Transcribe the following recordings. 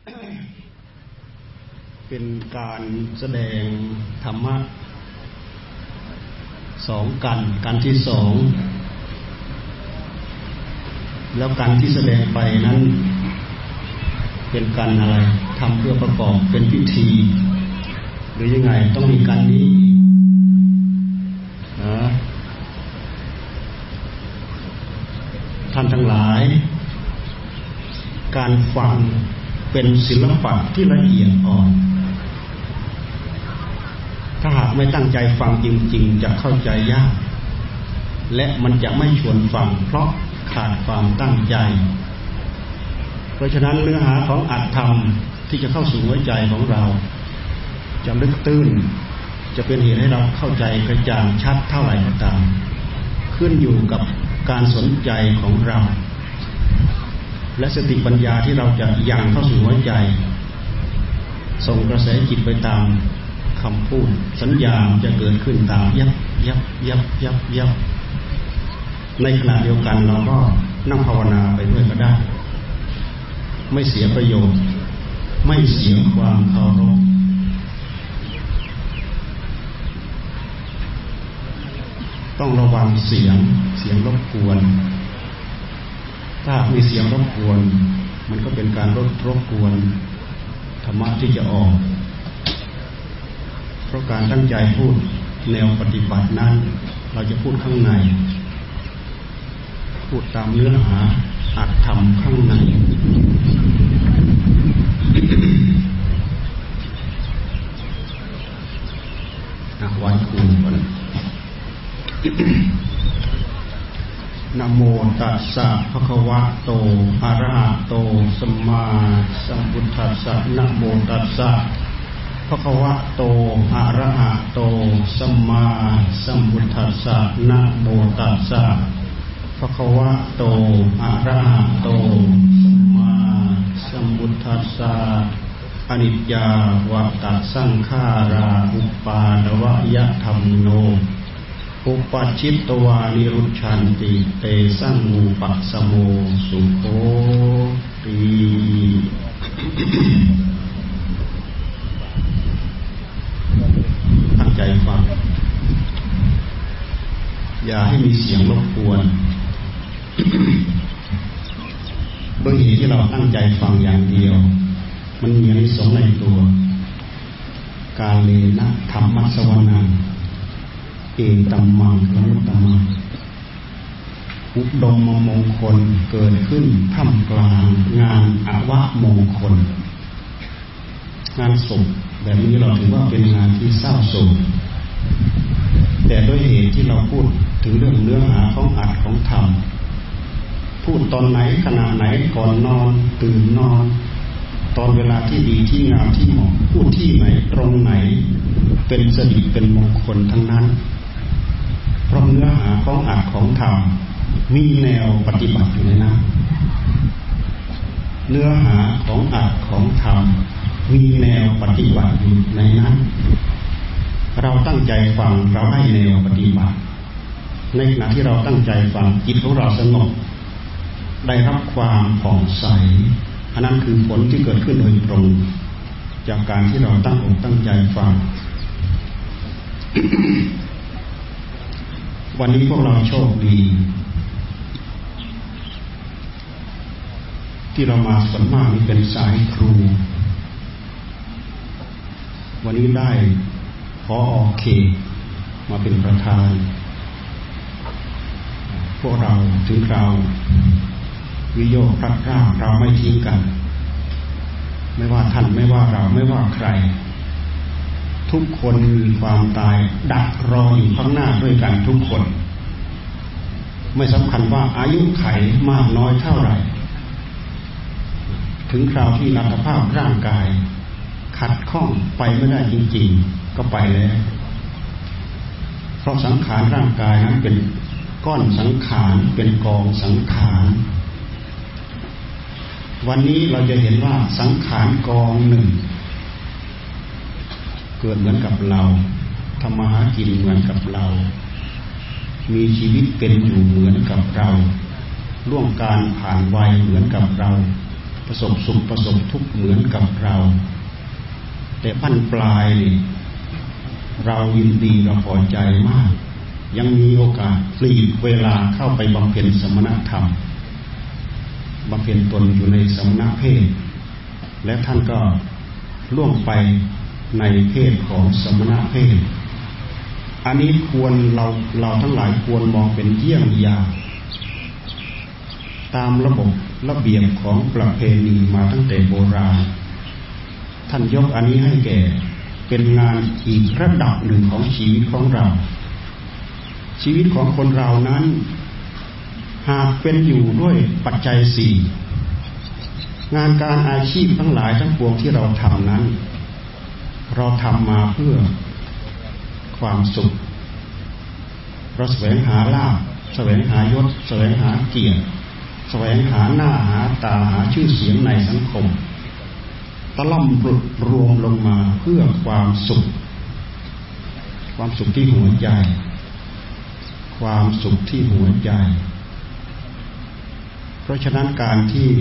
เป็นการแสดงธรรมะสองกันที่สองแล้วกันที่แสดงไปนั้นเป็นกันอะไรทำเพื่อประกอบเป็นพิธีหรือยังไงต้องมีกันนี้ท่านทั้งหลายการฟังเป็นศิลปะที่ละเอียดอ่อนถ้าหากไม่ตั้งใจฟังจริงๆจะเข้าใจยากและมันจะไม่ชวนฟังเพราะขาดความตั้งใจเพราะฉะนั้นเนื้อหาของอัตถธรรมที่จะเข้าสู่หัวใจของเราจะลึกตื้นจะเป็นเหตุให้เราเข้าใจกระจ่างชัดเท่าไหร่ก็ตามขึ้นอยู่กับการสนใจของเราและสติปัญญาที่เราจะยังเข้าสู่หัวใจส่งกระแสจิตไปตามคำพูดสัญญาจะเกิดขึ้นตามยับในขณะเดียวกันเราก็นั่งภาวนาไปด้วยก็ได้ไม่เสียประโยชน์ไม่เสียความเคารพต้องระวังเสียงรบกวนถ้ามีเสียงรบกวนมันก็เป็นการรบกวนธรรมะที่จะออกเพราะการตั้งใจพูดแนวปฏิบัตินั้นเราจะพูดข้างในพูดตามเนื้อหาอัตถธรรมข้างในไว้ครูก่อนนะโมตัสสะภะคะวะโตอะระหะโตสัมมาสัมพุทธัสสะนะโมตัสสะภะคะวะโตอะระหะโตสัมมาสัมพุทธัสสะนะโมตัสสะภะคะวะโตอะระหะโตสัมมาสัมพุทธัสสะอนิจจาวัฏฏสังขาราอุปาทวยธัมโนอุปัชชิตวานิรุชชันติเตสังอุปัสสโมสุโขติตั้งใจฟังอย่าให้มีเสียงรบกวนโดยเหตุที่เราตั้งใจฟังอย่างเดียวมันมีอานิสงส์ในตัวกาเลนะธัมมัสสวนังเอตัมมังละมุตตมังอุดมมงคลเกิดขึ้นท่ามกลางงานอวมงคลงานศพแบบนี้เราถือว่าเป็นงานที่เศร้าโศกแต่ด้วยเหตุที่เราพูดถึงเรื่องเนื้อหาของอัตถของธรรมพูดตอนไหนขณะไหนก่อนนอนตื่นนอนตอนเวลาที่ดีที่งามที่เหมาะพูดที่ไหนตรงไหนเป็นสิริเป็นมงคลทั้งนั้นเพราะเนื้อหาของอัตถของธรรมมีแนวปฏิบัติอยู่ในนั้นเนื้อหาของอัตถของธรรมมีแนวปฏิบัติอยู่ในนั้นเราตั้งใจฟังเราให้แนวปฏิบัติในขณะที่เราตั้งใจฟังจิตของเราสงบได้รับความผ่องใสอันนั้นคือผลที่เกิดขึ้นโดยตรงจากการที่เราตั้งอกตั้งใจฟัง วันนี้พวกเราโชคดีที่เรามาส่วนมากนี่เป็นสายครูวันนี้ได้ผอ.เขตมาเป็นประธานพวกเราถึงเราวิโยคพลัดพรากเราไม่ทิ้งกันไม่ว่าท่านไม่ว่าเราไม่ว่าใครทุกคนมีความตายดักรออยู่ข้างหน้าด้วยกันทุกคนไม่สำคัญว่าอายุไขมากน้อยเท่าไหร่ถึงคราวที่อัตภาพร่างกายขัดข้องไปไม่ได้จริงๆก็ไปแล้วเพราะสังขารร่างกายนั้นเป็นก้อนสังขารเป็นกองสังขารวันนี้เราจะเห็นว่าสังขารกองหนึ่งเกิดเหมือนกับเราทำมาหากินเหมือนกับเรามีชีวิตเป็นอยู่เหมือนกับเราล่วงการผ่านวัยเหมือนกับเราประสบสุขประสบทุกข์เหมือนกับเราแต่บั้นปลายนี่เรายินดีเราพอใจมากยังมีโอกาสปลีกเวลาเข้าไปบำเพ็ญสมณธรรมบำเพ็ญตนอยู่ในสมณเพศและท่านก็ล่วงไปในเพศของสมณเพศอันนี้ควรเราทั้งหลายควรมองเป็นเยี่ยงอย่างตามระบบระเบียบของประเพณีมาตั้งแต่โบราณท่านยกอันนี้ให้แก่เป็นงานอีกระดับหนึ่งของชีวิตของเราชีวิตของคนเรานั้นหากเป็นอยู่ด้วยปัจจัยสี่งานการอาชีพทั้งหลายทั้งปวงที่เราทำนั้นเราทำมาเพื่อความสุขเราแสวงหาลาภแสวงหายศแสวงหาเกียรติแสวงหาหน้าหาตาหาชื่อเสียงในสังคมตะล่อมรวมลงมาเพื่อความสุขที่หัวใจความสุขที่หัวใจเพราะฉะนั้นการที่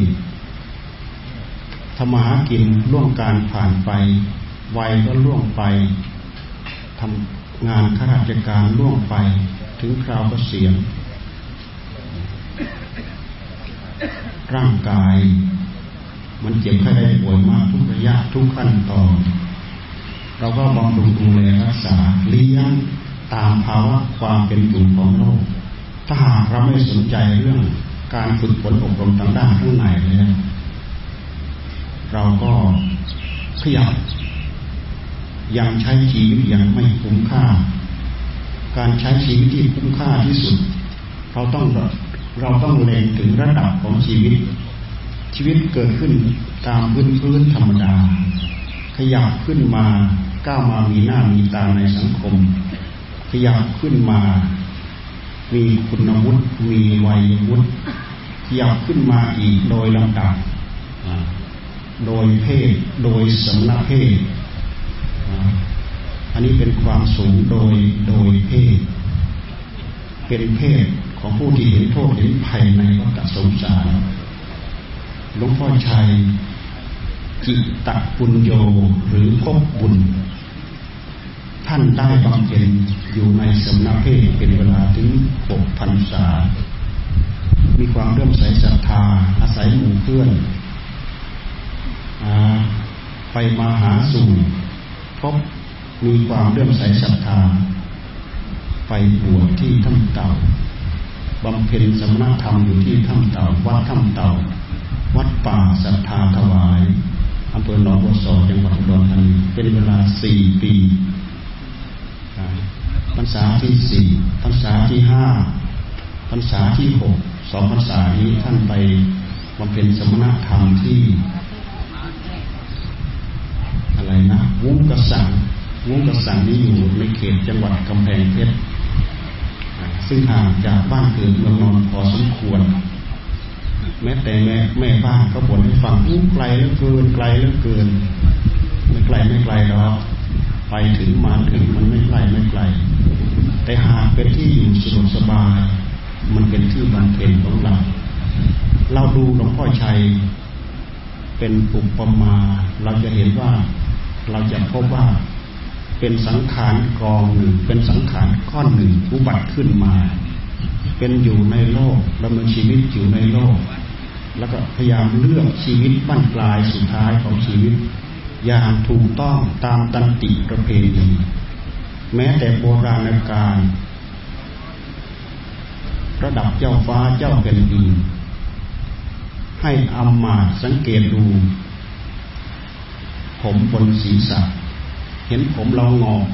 ทำมาหากินล่วงการผ่านไปวัยก็ล่วงไปทำงานข้าราชการล่วงไปถึงคราวเกษียณร่างกายมันเจ็บไข้ได้ป่วยมากทุกระยะทุกขั้นตอนเราก็บำรุงดูแลรักษาเลี้ยงตามภาวะความเป็นอยู่ของโลกถ้าหากเราไม่สนใจเรื่องการฝึกฝนอบรมทางด้านข้างในแล้วเราก็ขยับยังใช้ชีวิตยังไม่คุ้มค่าการใช้ชีวิตที่คุ้มค่าที่สุดเราต้องเล็งถึงระดับของชีวิตเกิดขึ้นตามพื้นธรรมดาขยับขึ้นมาก้าวมามีหน้ามีตาในสังคมขยับขึ้นมามีคุณวุฒิมีวัยวุฒิขยับขึ้นมาอีกโดยลำดับโดยเพศโดยสมณเพศอันนี้เป็นความสูงโดยเพศเป็นเพศของผู้ที่เห็นโทษเห็นภัยในวัฏสงสารหลวงพ่อชัยจิตตปุญโญหรือภพบุญท่านได้บำเพ็ญอยู่ในสมณเพศเป็นเวลาถึง6 พรรษามีความเลื่อมใสศรัทธาอาศัยหมู่เพื่อนไปมาหาสู่พบมีความเลื่อมใสศรัทธาไปบวชที่ถ้ำเต่าบำเพ็ญสมณธรรมอยู่ที่ถ้ำเต่าวัดถ้ำเต่าวัดป่าศรัทธาถวายอำเภอหนองบัวซอจังหวัดอุดรธานีเป็นเวลา4 ปีพรรษาที่4พรรษาที่5พรรษาที่6 2 พรรษานี้ท่านไปบำเพ็ญสมณธรรมที่อะไรนะวุ้งกระสังนี้อยู่ในเขตจังหวัดกำแพงเพชรซึ่งห่างจากบ้านเกิดเมืองนอนพอสมควรแม้แต่แม่บ้านก็บ่นให้ฟังไกลเหลือเกินไม่ไกลหรอกไปถึงมาถึงมันไม่ไกลแต่หากเป็นที่อยู่สะดวกสบายมันเป็นที่บำเพ็ญของเราดูหลวงพ่อชัยเป็นอุปมาเราจะเห็นว่าเราจะพบว่าเป็นสังขารกองหนึ่งเป็นสังขารก้อนหนึ่งอุบัติขึ้นมาเป็นอยู่ในโลกดำเนินชีวิตอยู่ในโลกแล้วก็พยายามเลือกชีวิตบั้นปลายสุดท้ายของชีวิตอย่างถูกต้องตามตันติประเพณีแม้แต่โบราณกาลระดับเจ้าฟ้าเจ้าแผ่นดินให้อำมาตย์สังเกตดูผมบนศีรษะเห็นผมเรางอก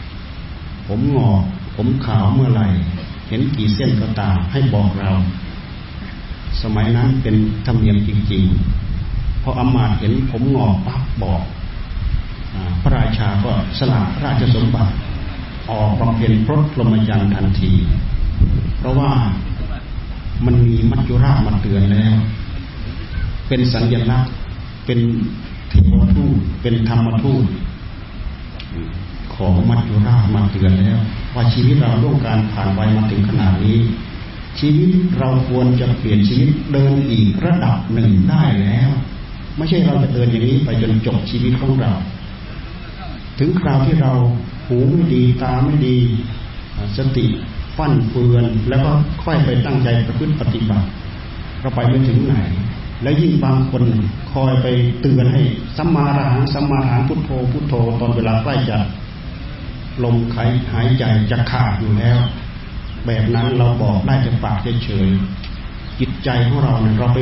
ผมขาวเมื่อไหร่เห็นกี่เส้นก็ตามให้บอกเราสมัยนั้นเป็นธรรมเนียมจริงๆพออำมาตย์เห็นผมงอกปั๊บบอกพระราชาก็สละราชสมบัติออกบำเพ็ญพรตพรหมจรรย์ทันทีเพราะว่ามันมีมัจจุราชมาเตือนแล้วเป็นสัญลักษณ์เป็นเทวทูตเป็นธรรมทูตของมัจจุราชมาเตือนแล้วว่าชีวิตเราล่วงการผ่านวัยมาถึงขนาดนี้ชีวิตเราควรจะเปลี่ยนชีวิตเดินอีกระดับหนึ่งได้แล้วไม่ใช่เราจะเดินอย่างนี้ไปจนจบชีวิตของเราถึงคราวที่เราหูไม่ดีตาไม่ดีสติฟั่นเฟือนแล้วก็ค่อยไปตั้งใจประพฤติปฏิบัติเราไปไม่ถึงไหนและยิ่งบางคนคอยไปเตือนให้สัมมาอรหังสัมมาอรหังพุทโธพุทโธตอนเวลาใกล้จะลมหายใจจะขาดอยู่แล้วแบบนั้นเราบอกได้แต่ปากเฉยๆจิตใจของเราเนี่ยเราไป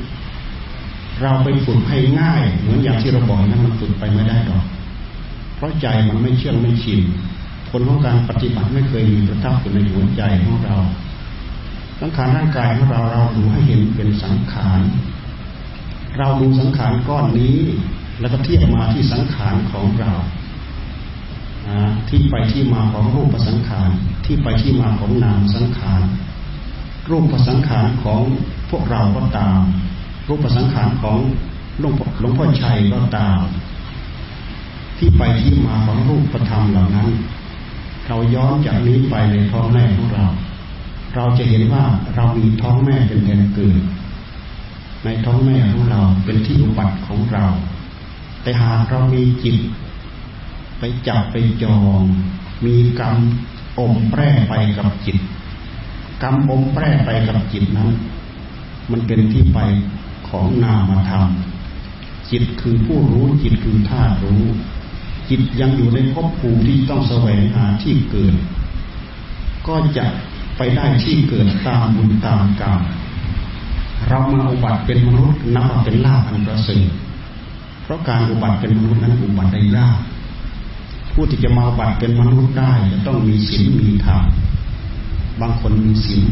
ฝึกให้ง่ายเหมือนอย่างที่เราบอกนั้นมันฝึกไปไม่ได้หรอกเพราะใจมันไม่เชื่องไม่ชินผลของการปฏิบัติไม่เคยมีประทับอยู่ในหัวใจของเราสังขารร่างกายของเราดูให้เห็นเป็นสังขารเราดูสังขารก้อนนี้แล้วก็เทียบมาที่สังขารของเราที่ไปที่มาของรูปสังขารที่ไปที่มาของนามสังขารรูปสังขารของพวกเราก็ตามรูปสังขารของหลวงพ่อชัยก็ตามที่ไปที่มาของรูปธรรมเหล่านั้นเราย้อนจากนี้ไปในท้องแม่ของเราจะเห็นว่าเรามีท้องแม่เป็นแดนเกิดในท้องแม่ของเราเป็นที่อุบัติของเราแต่หากเรามีจิตไปจับไปจองมีกรรมอมแปรไปกับจิตกรรมอมแปรไปกับจิตนั้นมันเป็นที่ไปของนามธรรมจิตคือผู้รู้จิตคือธาตุรู้จิตยังอยู่ในภพภูมิที่ต้องแสวงหาที่เกิดก็จะไปได้ที่เกิดตามบุญตามกรรมเรามาอุบัติเป็นมนุษย์นับว่าเป็นลาภอันประเสริฐเพราะการอุบัติเป็นมนุษย์นั้นอุบัติได้ยากผู้ที่จะมาอุบัติเป็นมนุษย์ได้จะต้องมีศีลมีธรรมบางคนมีศีล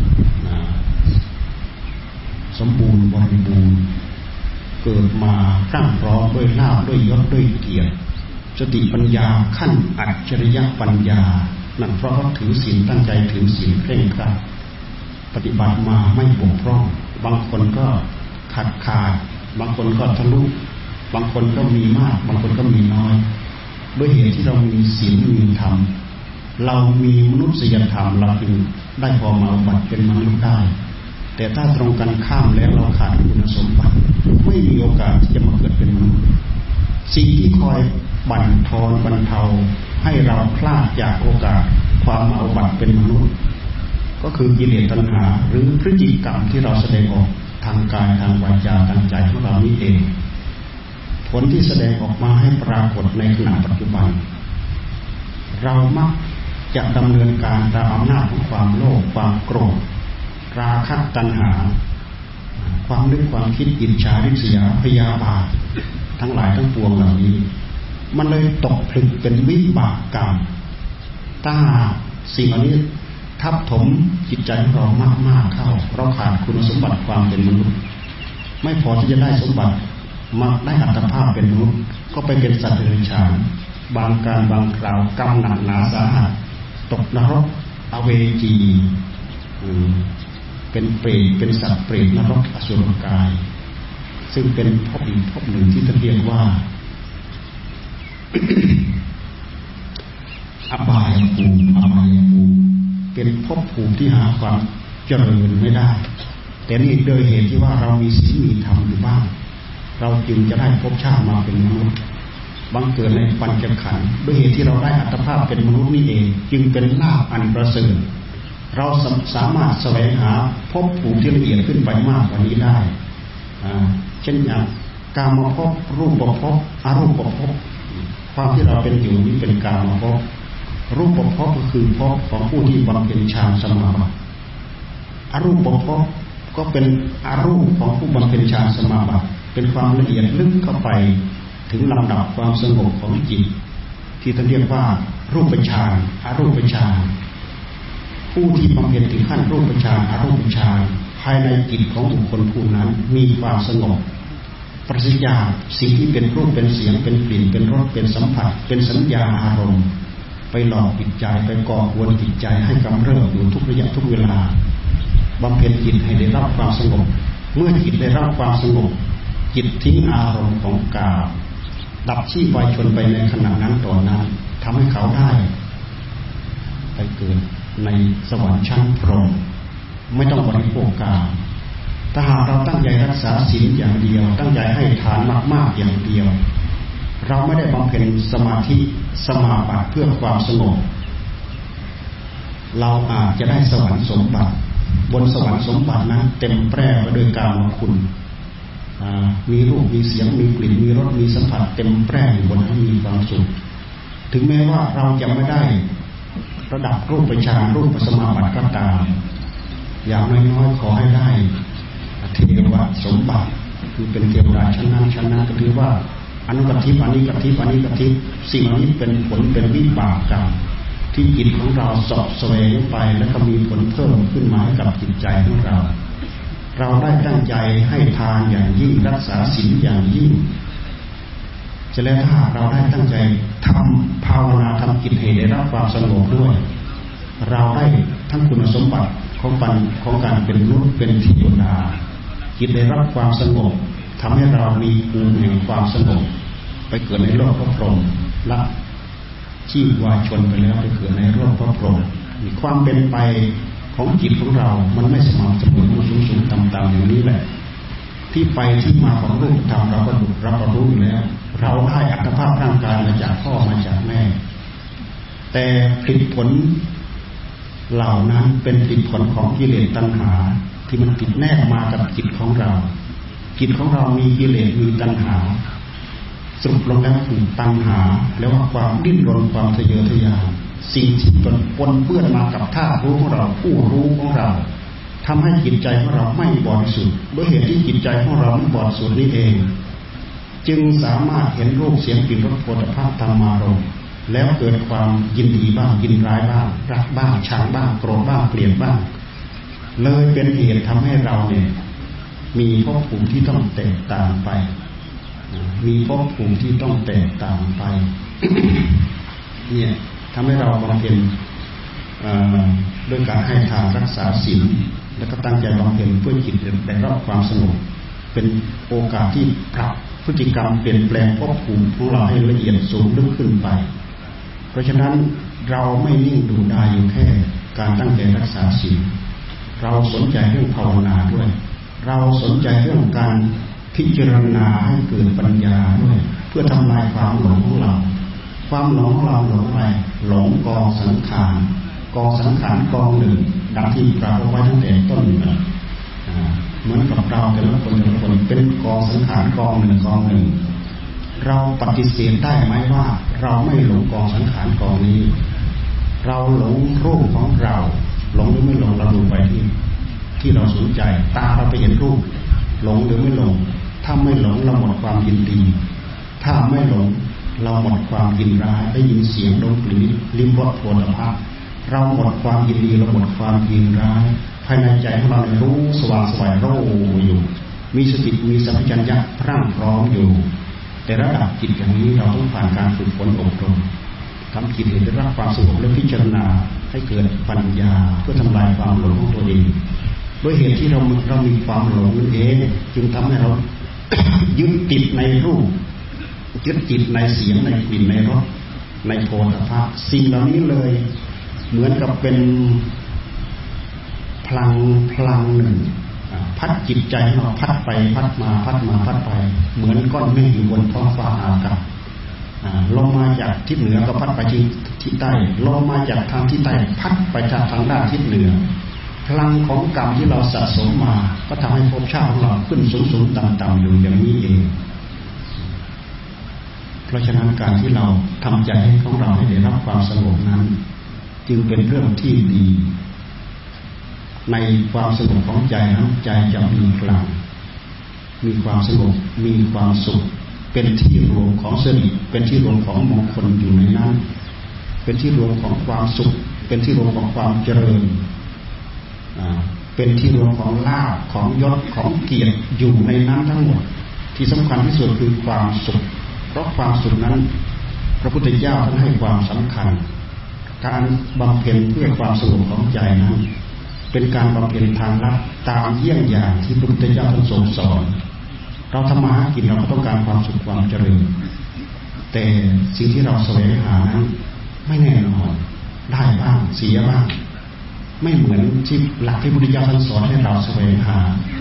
สมบูรณ์บริบูรณ์เกิดมาพรั่งพร้อมด้วยลาภด้วยยศด้วยเกียรติสติปัญญาขั้นอัจฉริยะปัญญานั่นเพราะเขาถือศีลตั้งใจถือศีลเคร่งครัดปฏิบัติมาไม่บกพร่องบางคนก็ขาดบางคนก็ทะลุบางคนก็มีมากบางคนก็มีน้อยด้วยเหตุที่เรามีศีลมีธรรมเรามีมนุษยธรรมเราจึงได้พอมาอุบัติเป็นมนุษย์ได้แต่ถ้าตรงกันข้ามแล้วเราขาดคุณสมบัติไม่มีโอกาสที่จะมาเกิดเป็นมนุษย์สิ่งที่คอยบั่นทอนบรรเทาให้เราพลาดจากโอกาสความมาอุบัติเป็นมนุษย์ก็คือกิเลสตัณหาหรือพฤติกรรมที่เราแสดงออกทางกายทางวาจาทางใจของเรานี่เองผลที่แสดงออกมาให้ปรากฏในขณะปัจจุบันเรามักจะดำเนินการตามอำนาจของความโลภความโกรธราคะตัณหาความนึกความคิดอิจฉาริษยาพยาบาททั้งหลายทั้งปวงเหล่านี้มันเลยตกผลึกเป็นวิบากกรรมถ้าสิ่งเหล่านี้ทับถมจิตใจของเรามากๆเข้าเราขาดคุณสมบัติความเป็นมนุษย์ไม่พอที่จะได้สมบัติมาได้อัตภาพเป็นมนุษย์ก็ไปเป็นสัตว์เดรัจฉานบางการบางคราวกรรมหนักหนาสาหัสตกนรกอเวจีเป็นเปรตเป็นสัตว์เปรตนรกอสุรกายซึ่งเป็นภพอีกภพหนึ่งที่ท่านเรียกว่าอบายภูมิเป็นภพภูมิที่หาความเจริญไม่ได้แต่นี่โดยเหตุที่ว่าเรามีศีลมีธรรมอยู่บ้างเราจึงจะได้ภพชาติมาเป็นมนุษย์บังเกิดในปัญจขันธ์ด้วยเหตุที่เราได้อัตภาพเป็นมนุษย์นี่เองจึงเป็นลาภอันประเสริฐเราสามารถแสวงหาภพภูมิที่ละเอียดขึ้นไปมากกว่านี้ได้เช่นอย่างกามภพรูปภพอรูปภพความที่เราเป็นอยู่นี้เป็นกามภพรูปภพก็คือภพของผู้ที่บำเพ็ญฌานสมาบัติอรูปภพก็เป็นอรูปของผู้บำเพ็ญฌานสมาบัติเป็นความละเอียดลึกเข้าไปถึงลำดับความสงบของจิตที่ท่านเรียกว่ารูปฌานอรูปฌานผู้ที่บำเพ็ญถึงขั้นรูปฌานอรูปฌานภายในจิตของบุคคลผู้นั้นมีความสงบปราศจากสิ่งที่เป็นรูปเป็นเสียงเป็นกลิ่นเป็นรสเป็นสัมผัสเป็นสัญญาอารมณ์ไปหลอกจิตใจไปก่อกวนจิตใจให้กำเริบอยู่ทุกระยะทุกเวลาบำเพ็ญจิตให้ได้รับความสงบเมื่อจิตได้รับความสงบจิตทิ้งอารมณ์ของกามดับชีพวายชนไปในขณะนั้นต่อนั้นทำให้เขาได้ไปเกิดในสวรรค์ชั้นพรหมไม่ต้องบริโภคกามถ้าหากเราตั้งใจรักษาศีลอย่างเดียวตั้งใจให้ทานมากๆอย่างเดียวเราไม่ได้บำเพ็ญสมาธิสมาบัติเพื่อความสงบเราอาจจะได้สวรรค์สมบัติบนสวรรค์สมบัตินั้นเต็มแปร่ไปด้วยกามคุณมีรูปมีเสียงมีกลิ่นมีรสมีสัมผัสเต็มแปร่บนนั้นมีความสุขถึงแม้ว่าเราจะไม่ได้ระดับรูปฌานรูปสมาบัติก็ตามอย่างน้อยๆขอให้ได้เทวสมบัติคือเป็นเทวดาชั้นนั้นก็ถือว่าอนุกัตถิอันนี้กัตถิอันนี้กัตถิสิ่งนี้เป็นผลเป็นวิบากกรรมที่จิตของเราสอบแสวงไปแล้วก็มีผลเพิ่มขึ้นมาให้กับจิตใจของเราได้ตั้งใจให้ทานอย่างยิ่งรักษาศีลอย่างยิ่งจะแล้วถ้าเราได้ตั้งใจทำภาวนาทำจิตให้ได้รับความสงบด้วยเราได้ทั้งคุณสมบัติของการเป็นมนุษย์เป็นเทวดาจิตได้รับความสงบทำให้เรามีภูมิแห่งความสงบไปเกิดในโลกพระพรหมละชีวาชนไปแล้วไปเกิดในโลกพระพรหมมีความเป็นไปของจิตของเรามันไม่สม่ำเสมอมันสูงๆต่ำๆอย่างนี้แหละที่ไปที่มาของรูปธรรมเราก็รู้อยู่แล้วเราได้อัตภาพร่างกายมาจากพ่อมาจากแม่แต่ผลผลเหล่านั้นเป็นผลของกิเลสตัณหาที่มันติดแนบมากับจิตของเราจิตของเรามีกิเลสมีตัณหาสรุปลงแล้วคือตัณหาแล้วว่าความดิ้นรนความทะเยอทะยานสิ่งที่ปนเปื้อนมากับธาตุรู้ของเราผู้รู้ของเราทำให้จิตใจของเราไม่บริสุทธิ์ด้วยเหตุที่จิตใจของเราไม่บริสุทธิ์นี้เองจึงสามารถเห็นรูปเสียงกลิ่นรสโผฏฐัพพะธรรมารมณ์แล้วเกิดความยินดีบ้างยินร้ายบ้างรักบ้างชังบ้างโกรธบ้างเกลียดบ้างเลยเป็นเหตุทำให้เราเนี่ยมีภพภูมิที่ต้องแตกต่างไปมีภพภูมิที่ต้องแตกต่างไป เนี่ยทำให้เราบำเพ็ญด้วยการให้ทานรักษาศีลแล้วก็ตั้งใจบำเพ็ญเพื่อจิตได้รับความสงบเป็นโอกาสที่ปรับพฤติกรรมเปลี่ยนแปลงภพภูมิของเราให้ละเอียดสูงลึกขึ้นไปเพราะฉะนั้นเราไม่นิ่งดูดายอยู่แค่การตั้งใจรักษาศีลเราสนใจเรื่องภาวนาด้วยเราสนใจเรื่องการพิจารณาให้เกิดปัญญาด้วยเพื่อทำลายความหลงของเราความหลงของเราหลงอะไรหลงกองสังขารกองหนึ่งดังที่ปรากฏไว้ตั้งแต่ต้นเหมือนกับเราแต่ละคนเป็นกองสังขารกองหนึ่งเราปฏิเสธได้ไหมว่าเราไม่หลงกองสังขารกองนี้เราหลงรูปของเราหลงหรือไม่หลงเราดูไปที่เราสนใจตาเราไปเห็นรูปหลงหรือไม่หลงถ้าไม่หลงเราหมดความยินดีถ้าไม่หลงเราหมดความยินร้ายได้ยินเสียงดมกลิ่นลิ้มรสโผฏฐัพพะเราหมดความยินดีเราหมดความยินร้ายภายในใจของเรารู้สว่างสวยโร่อยู่มีสติมีสัมปชัญญะพรั่งพร้อมอยู่แต่ระดับจิตอย่างนี้เราต้องผ่านการฝึกฝนอบรมทำจิตให้ได้รับความสงบและพิจารณาให้เกิดปัญญาเพื่อทำลายความหลงของตัวเองด้วยเหตุที่เรามีความหลงนั่นเองจึงทำให้เรา ยึดติดในรูปยึดติดในเสียงในกลิ่นในรสในโผฏฐัพพะสิ่งเหล่านี้เลยเหมือนกับเป็นพลังหนึ่งพัดจิตใจของเราพัดไปพัดมาพัดไปเหมือนก้อนเมฆอยู่บนท้องฟ้าอากาศลงมาจากทิศเหนือก็พัดไปทิศใต้ลงมาจากทางทิศใต้พัดไปทางด้านทิศเหนือพลังของกรรมที่เราสะสมมาก็ทำให้ภพชาติของเราขึ้นสูงต่ำอยู่อย่างนี้เองเพราะฉะนั้นการที่เราทำใจให้ของเราให้ได้รับความสงบนั้นจึงเป็นเรื่องที่ดีในความสงบของใจนั้นใจจะมีพลังมีความสงบมีความสุขเป็นที่รวมของสติเป็นที่รวมของมงคลอยู่ในนั้นเป็นที่รวมของความสุขเป็นที่รวมของความเจริญเป็นที่รวมของลาภของยศของเกียรติอยู่ในนั้นทั้งหมดที่สำคัญที่สุดคือความสุขเพราะความสุขนั้นพระพุทธเจ้าท่านให้ความสำคัญการบำเพ็ญเพื่อความสงบของใจนั้นเป็นการบำเพ็ญทางลัดตามเยี่ยงอย่างที่พระพุทธเจ้าท่านทรงสอนเราทำมาหากินเราก็ต้องการความสุขความเจริญแต่สิ่งที่เราแสวงหานั้นไม่แน่นอนได้บ้างเสียบ้างไม่เหมือนที่หลักที่พระพุทธเจ้าท่านสอนให้เราแสวงหา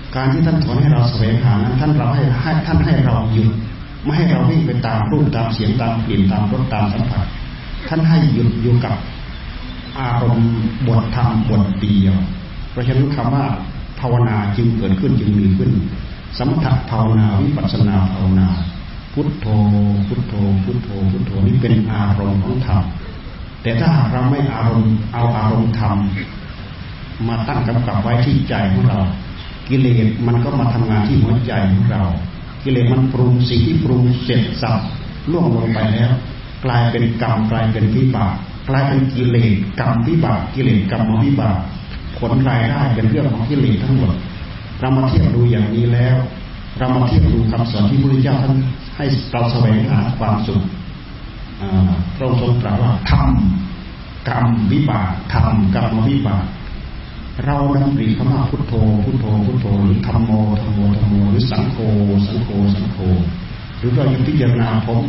การที่ท่านสอนให้เราแสวงหานั้นท่านให้เราหยุดไม่ให้เราวิ่งไปตามรูปตามเสียงตามกลิ่นตามรสตามสัมผัสท่านให้หยุดอยู่กับอารมณ์บทธรรมบทเดียวเพราะฉะนั้นคำว่าภาวนาจึงเกิดขึ้นจึงมีขึ้นสมถะภาวนาวิปัสสนาภาวนาพุทโธพุทโธพุทโธพุทโธนี่เป็นอารมณ์ของธรรมแต่ถ้าหากเราไม่เอาอารมณ์ธรรมมาตั้งกำกับไว้ที่ใจของเรากิเลสมันก็มาทำงานที่หัวใจของเรากิเลสมันปรุงสิ่งที่ปรุงเสร็จสับล่วงลงไปแล้วกลายเป็นกรรมกลายเป็นวิบากกลายเป็นกิเลสกรรมวิบากกิเลสกรรมวิบากผลรายได้เป็นเรื่องของกิเลสทั้งหมดเรามาเทียบดูอย่างนี้แล้วเรามาเทียบดูคำสอนที่พระพุทธเจ้าท่านให้เราแสวงหาความสุขพระองค์ทรงตรัสว่าทำกรรมวิบากทำกรรมวิบากเราดำริคำว่าพุทโธพุทโธพุทโธหรือธัมโมธัมโมธัมโมหรือสังโฆสังโฆสังโฆหรือเรายังพิจารณาผม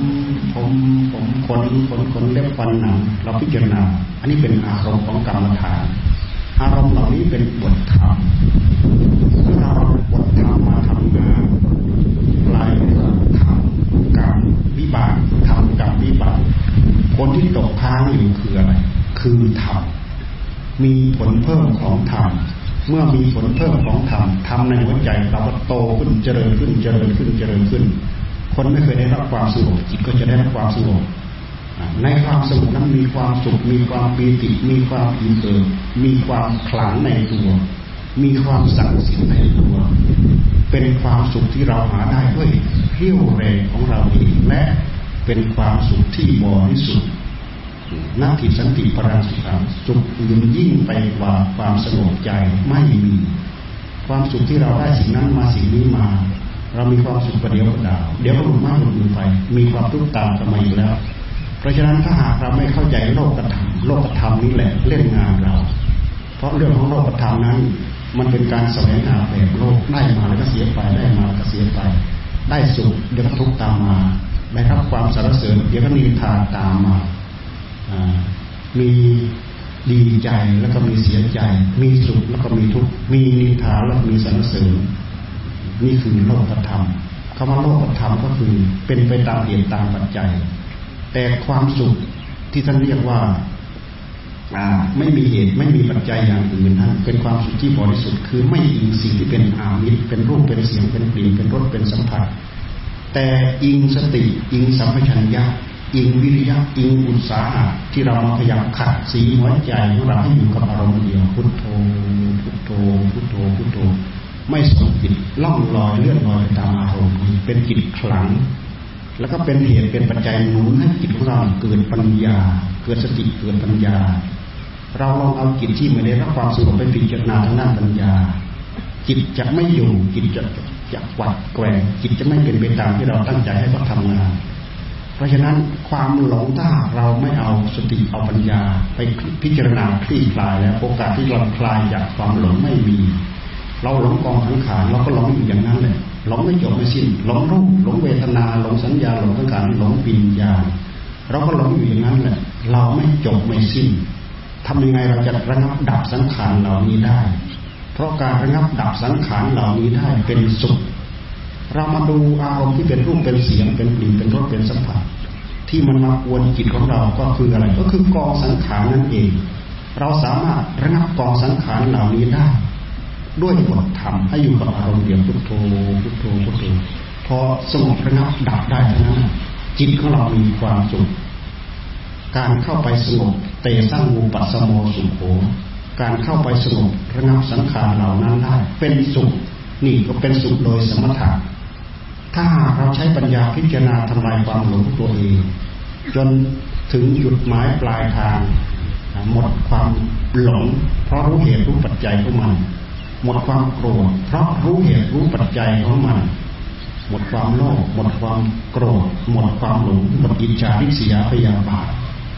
ขนเล็บฟันหนังเราพิจารณาอันนี้เป็นอารมณ์ของกรรมฐานอารมณ์เหล่านี้เป็นบทธรรมเมื่อเราเอาบทธรรมมาทำงานกลายเป็นธรรมกรรมวิบากธรรมกรรมวิบากคนที่ตกค้างอยู่คืออะไรคือธรรมมีผลเพิ่มของธรรมเมื่อมีผลเพิ่มของธรรมธรรมในหัวใจเราก็โตขึ้นเจริญขึ้นเจริญขึ้นเจริญขึ้นคนไม่เคยได้รับความสงบจิตก็จะได้รับความสงบในความสงบนั้นมีความสุขมีความปีติมีความอิ่มเอิบมีความขลังในตัวมีความศักดิ์สิทธิ์ในตัวเป็นความสุขที่เราหาได้ด้วยเรี่ยวแรงของเราเองและเป็นความสุขที่บริสุทธิ์นัตถิสันติปรังสุขังสุขอื่นยิ่งไปกว่าความสงบใจไม่มีความสุขที่เราได้สิ่งนั้นมาสิ่งนี้มาเรามีความสุขประเดี๋ยวประดาวเดี๋ยวก็หลุดมาหลุดไปมีความทุกข์ตามกันมาอยู่แล้วเพราะฉะนั้นถ้าหากเราไม่เข้าใจโลกธรรมนี้แหละเล่นงานเราเพราะเรื่องของโลกธรรมนั้นมันเป็นการแสวงหาแบบโลกได้มาแล้วก็เสียไปได้มาก็เสียไปได้สุขเดี๋ยวก็ทุกข์ตามมาได้รับความสรรเสริญเดี๋ยวก็นินทาตามมามีดีใจแล้วก็มีเสียใจมีสุขแล้วก็มีทุกข์มีนินทาแล้วก็มีสรรเสริญนี่คือโลกธรรมคำว่าโลกธรรมก็คือเป็นไปตามเหตุตามปัจจัยแต่ความสุขที่ท่านเรียกว่าไม่มีเหตุไม่มีปัจจัยอย่างอื่นนั้นเป็นความสุขที่บริสุทธิ์คือไม่อิงสิ่งที่เป็นอามิตรเป็นรูปเป็นเสียงเป็นกลิ่นเป็นรสเป็นสัมผัสแต่อิงสติอิงสัมปชัญญะอิงวิริยะอิงอุตสาหะที่เราพยายามขัดสีหัวใจของเราให้อยู่กับอารมณ์เดียวพุทโธพุทโธพุทโธพุทโธไม่ส่งจิตล่องลอยเลื่อนลอยไปตามอารมณ์เป็นจิตขลังแล้วก็เป็นเหตุเป็นปัจจัยหนุนให้จิตของเราเกิดปัญญาเกิดสติเกิดปัญญาเราลองเอาจิตที่ไม่ได้รับความสงบไปพิจารณาทางด้านปัญญาจิตจะไม่อยู่จิตจะกวัดแกว่งจิตจะไม่เป็นไปตามที่เราตั้งใจให้เขาทำงานเพราะฉะนั้นความหลงถ้าเราไม่เอาสติเอาปัญญาไปพิจารณาคลี่คลายแล้วโอกาสที่เราคลายจากความหลงไม่มีเราหลงกองสังขารเราก็หลงอยู่อย่างนั้นแหละหลงไม่จบไม่สิ้นหลงรูปหลงเวทนาหลงสัญญาหลงสังขารหลงวิญญาณเราก็หลงอยู่อย่างนั้นแหละเราไม่จบไม่สิ้นทำยังไงเราจะระงับดับสังขารเหล่านี้ได้เพราะการระงับดับสังขารเหล่านี้ได้เป็นสุขเรามาดูอารมณ์ที่เป็นรูปเป็นเสียงเป็นกลิ่นเป็นรสเป็นสัมผัสที่มันมากวนจิตของเราก็คืออะไรก็คือกองสังขารนั่นเองเราสามารถระงับกองสังขารเหล่านี้ได้ด้วยบทธรรมให้อยู่กับอารมณ์เดียวพุทโธพุทโธพุทโธพอสงบระงับดับได้เท่านั้นจิตของเรามีความสุขการเข้าไปสงบเตสังวูปัสสโมสุโขการเข้าไปสงบระงับสังขารเหล่านั้นได้เป็นสุขนี่ก็เป็นสุขโดยสมถะถ้าเราใช้ปัญญาพิจารณาทำลายความหลงตัวเองจนถึงจุดหมายปลายทางหมดความหลงเพราะรู้เหตุรู้ปัจจัยของมันหมดความโกรธเพราะรู้เหตุรู้ปัจจัยของมันหมดความโลภหมดความโกรธหมดความหลงหมดอิจฉาริษยาพยาบาท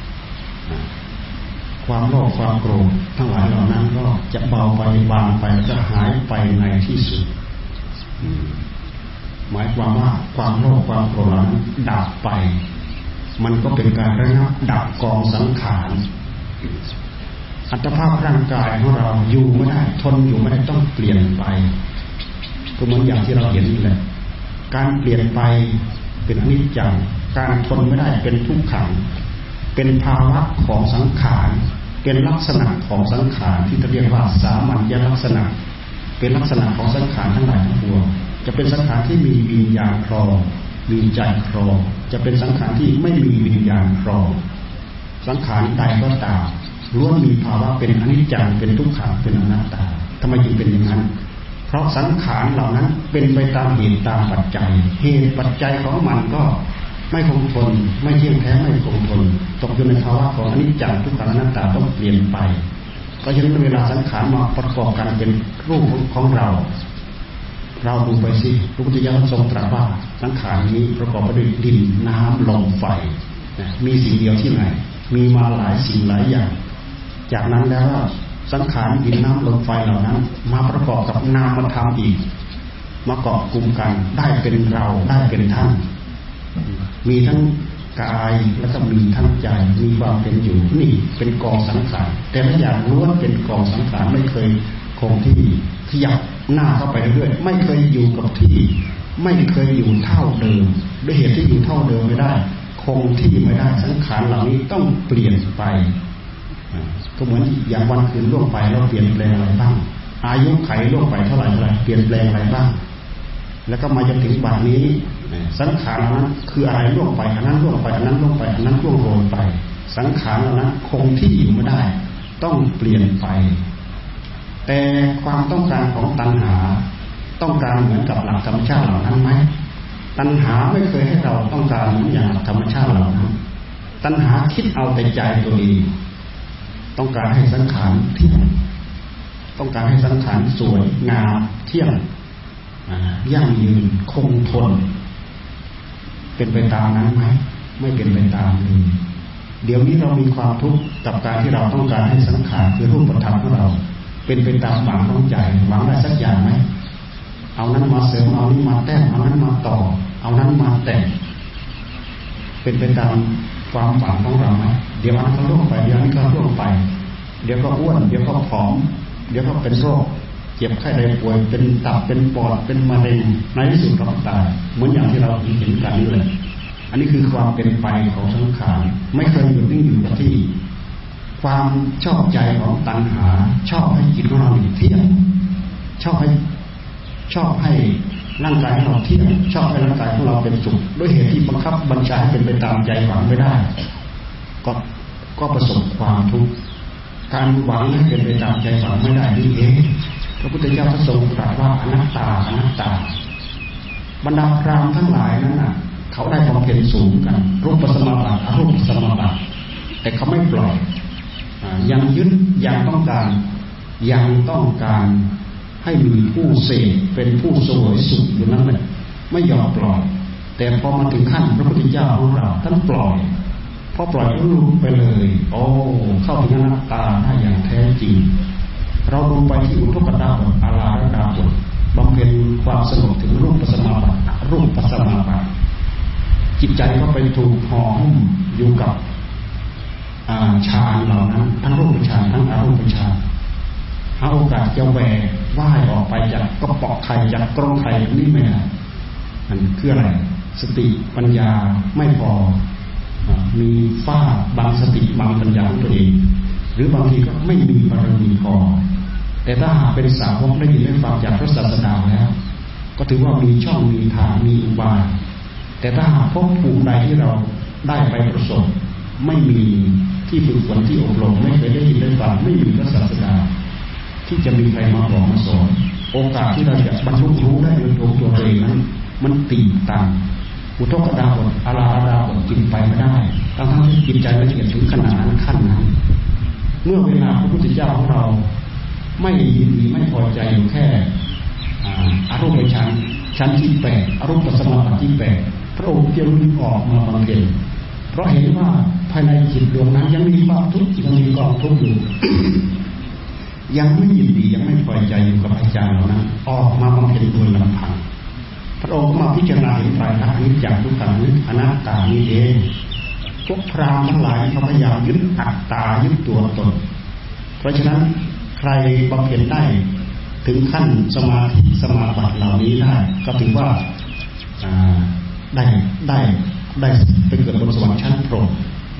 ความโลภความโกรธทั้งหลายเหล่านั้นก็จะเบาไปบางไปจะหายไปในที่สุดหมายความว่าความโลภความโกรธนั้นดับไปมันก็เป็นการระงับดับกองสังขารอัตภาพร่างกายของเราอยู่ไม่ได้ทนอยู่ไม่ได้ต้องเปลี่ยนไปก็เหมือนอย่างที่เราเห็นนี่แหละการเปลี่ยนไปเป็นอนิจจังการทนไม่ได้เป็นทุกขังเป็นภาวะของสังขารเป็นลักษณะของสังขารที่เรียกว่าสามัญญลักษณะเป็นลักษณะของสังขารทั้งหลายทั้งปวงจะเป็นสังขารที่มีวิญญาณครองมีใจครองจะเป็นสังขารที่ไม่มีวิญญาณครองสังขารใดก็ตามล้วนมีภาวะเป็นอนิจจังเป็นทุกขังเป็นอนัตตาทำไมจึงเป็นอย่างนั้นเพราะสังขารเหล่านั้นเป็นไปตามเหตุตามปัจจัยเหตุปัจจัยของมันก็ไม่คงทนไม่เที่ยงแท้ไม่คงทนตกอยู่ในภาวะของอนิจจังทุกขังอนัตตาต้องเปลี่ยนไปเพราะฉะนั้นเวลาสังขารมาประกอบกันเป็นรูปของเราดูไปสิพระพุทธเจ้าทรงตรัสว่าสังขารนี้ประกอบไปด้วยดินน้ำลมไฟมีสิ่งเดียวที่ไหนมีมาหลายสิ่งหลายอย่างจากนั้นแล้วสังขารดินน้ำลมไฟเหล่านั้นมาประกอบกับนามธรรมอีกมาเกาะกลุ่มกันได้เป็นเราได้เป็นท่านมีทั้งกายและก็มีทั้งใจมีความเป็นอยู่นี่เป็นกองสังขารแต่ละอย่างล้วนเป็นกองสังขารไม่เคยคงที่ขยับหน้าเข้าไปเรื่อยๆไม่เคยอยู่กับที่ไม่เคยอยู่เท่าเดิมด้วยเหตุที่อยู่เท่าเดิมไม่ได้คงที่ไม่ได้สังขารเหล่านี้ต้องเปลี่ยนไปก็เหมือนอย่างวันคืนล่วงไปเราเปลี่ยนแปลงอะไรบ้างอายุไขล่วงไปเท่าไหร่เปลี่ยนแปลงอะไรบ้างแล้วก็มาจนถึงบัดนี้สังขารนั้นคืออะไรล่วงไปอันนั้นล่วงไปอันนั้นล่วงไปอันนั้นล่วงโรยไปสังขารเหล่านั้นคงที่อยู่ไม่ได้ต้องเปลี่ยนไปแต่ความต้องการของตัณหาต้องการเหมือนกับหลักธรรมชาติเหล่านั้นไหมตัณหาไม่เคยให้เราต้องการเหมือนอย่างธรรมชาติเหล่านั้นตัณหาคิดเอาแต่ใจตัวเองต้องการให้สังขารเที่ยงต้องการให้สังขารสวยงามเที่ยงยั่งยืนคงทนเป็นไปตามนั้นไหมไม่เป็นไปตามเลยเดี๋ยวนี้เรามีความทุกข์กับการที่เราต้องการให้สังขารคือรูปธรรมของเราเป็นไปตามหวังของใจหวังได้สักอย่างไหมเอานั้นมาเสริมเอานี้มาแต้มเอานั้นมาต่อเอานั้นมาแต่งเป็นไปตามความหวังของเราไหมเดี๋ยวอันนั้นก็ล่วงไปเดี๋ยวนี้ก็ล่วงไปเดี๋ยวก็อ้วนเดี๋ยวก็ผอมเดี๋ยวก็เป็นโรคเจ็บไข้ได้ป่วยเป็นตับเป็นปอดเป็นมะเร็งในที่สุดเราตายเหมือนอย่างที่เราเห็นกันนี่เลยอันนี้คือความเป็นไปของสังขารไม่เคยหยุดนิ่งอยู่กับที่ความชอบใจของตัณหาชอบให้จิตของเราเที่ยงชอบให้ร่างกายของเราเที่ยงชอบให้ร่างกายของเราเป็นสุขด้วยเหตุที่บังคับบัญชาให้เป็นไปตามใจหวังไม่ได้ก็ประสบความทุกข์การหวังให้เป็นไปตามใจหวังไม่ได้นี่เองพระพุทธเจ้าทรงตรัสว่าอนัตตาอนัตตาบรรดาพราหมณ์ทั้งหลายนั้นน่ะเขาได้ความเพียรสูงกันรูปสมาบัติอรูปสมาบัติแต่เขาไม่ปล่อยยังยึดยังต้องการให้มีผู้เสพเป็นผู้เสวยสุขอยู่นั้นแหละไม่ยอมปล่อยแต่พอมาถึงขั้นพระพุทธเจ้าของเราท่านปล่อยพอปล่อยก็รู้ไปเลยโอ้เข้าถึงอนัตตาได้อย่างแท้จริงเราลงไปที่อุทกดาบทอาราดาบทบำเพ็ญความสงบถึงรูปสมาบัติรูปสมาบัติจิตใจก็ไปถูกห่อหุ้มอยู่กับฌานเหล่านั้นทั้งรูปฌานทั้งอรูปฌานหาโอกาสจะแหวกว่ายออกไปจากกระเป๋าไข่จากกรงไข่นี่ไม่ได้มันคืออะไรสติปัญญาไม่พอมีฝ้าบางสติบางปัญญาของตัวเองหรือบางทีก็ไม่มีบารมีพอแต่ถ้าหากเป็นสาวกได้ยินได้ฟังจากพระศาสดาแล้วก็ถือว่ามีช่องมีทางมีอุบายแต่ถ้าหากพบภูมิใดที่เราได้ไปประสบไม่มีที่ฝึกฝนที่อบรมไม่เคยได้ยินได้ฟังไม่มีพระศาสดาที่จะมีใครมาบอกมาสอนโอกาสที่เราจะบรรลุรู้ได้โดยตัวเองนั้นมันตีต่ำอุทกดาบทอาราดาบทจึงไปไม่ได้ทั้งที่จิตใจละเอียดถึงขนาดนั้นขั้นนั้นเมื่อเวลาพระพุทธเจ้าของเราไม่ยินดีไม่พอใจอยู่แค่อารมณ์ชั้นที่8อารมณ์สมาบัติที่8พระองค์จึงออกมาบำเพ็ญเพราะเห็นว่าภายในจิตดวงนั้นยังมีความทุกข์ยังมีกองทุกข์อยู่ ยังไม่ยินดียังไม่พอใจอยู่กับอาจารย์เหล่านั้นออกมาบำเพ็ญโดยลำพังพระองค์ก็มาพิจารณาเห็นไตรลักษณ์อนิจจังทุกขังอนัตตานี้เองพวกพราหมณ์ทั้งหลายเขาพยายามยึดอัตตายึดตัวตนเพราะฉะนั้นใครบำเพ็ญได้ถึงขั้นสมาธิสมาบัติเหล่านี้ได้ก็ถือว่าได้ไปเกิดบนสวรรค์ชั้นพรหม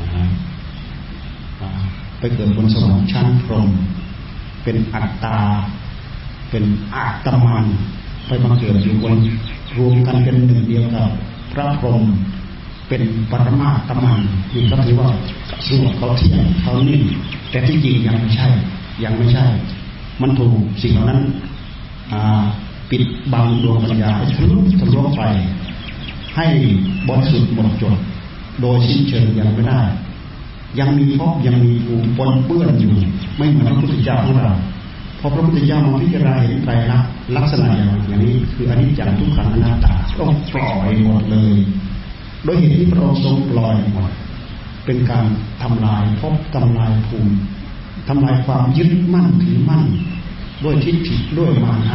ไปเกิดบนสวรรค์ชั้นพรหมเป็นอัตตาเป็นอาตมันไปมาเกิดอยู่บนรวมกันเป็นหนึ่งเดียวกับพระพรหมเป็นปรมาตมันนี่ก็ถือว่าสงบเขาเที่ยงเขานิ่งแต่ที่จริงยังไม่ใช่มันถูกสิ่งเหล่านั้นปิดบังดวงปัญญาให้ทะลุไปให้บริสุทธิ์หมดจดโดยสิ้นเชิงยังไม่ได้ยังมีภพยังมีภูมิปนเปื้อนอยู่ไม่เหมือนพระพุทธเจ้าของเราพอพระพุทธเจ้ามาพิจารณาเห็นไตรลักษณะอย่างนี้คืออนิจจังทุกขังอนัตตาต้องปล่อยหมดเลยโดยเหตุที่พระองค์ทรงปล่อยหมดเป็นการทำลายภพทำลายภูมิทำลายความยึดมั่นถือมั่นด้วยทิฏฐิด้วยมานะ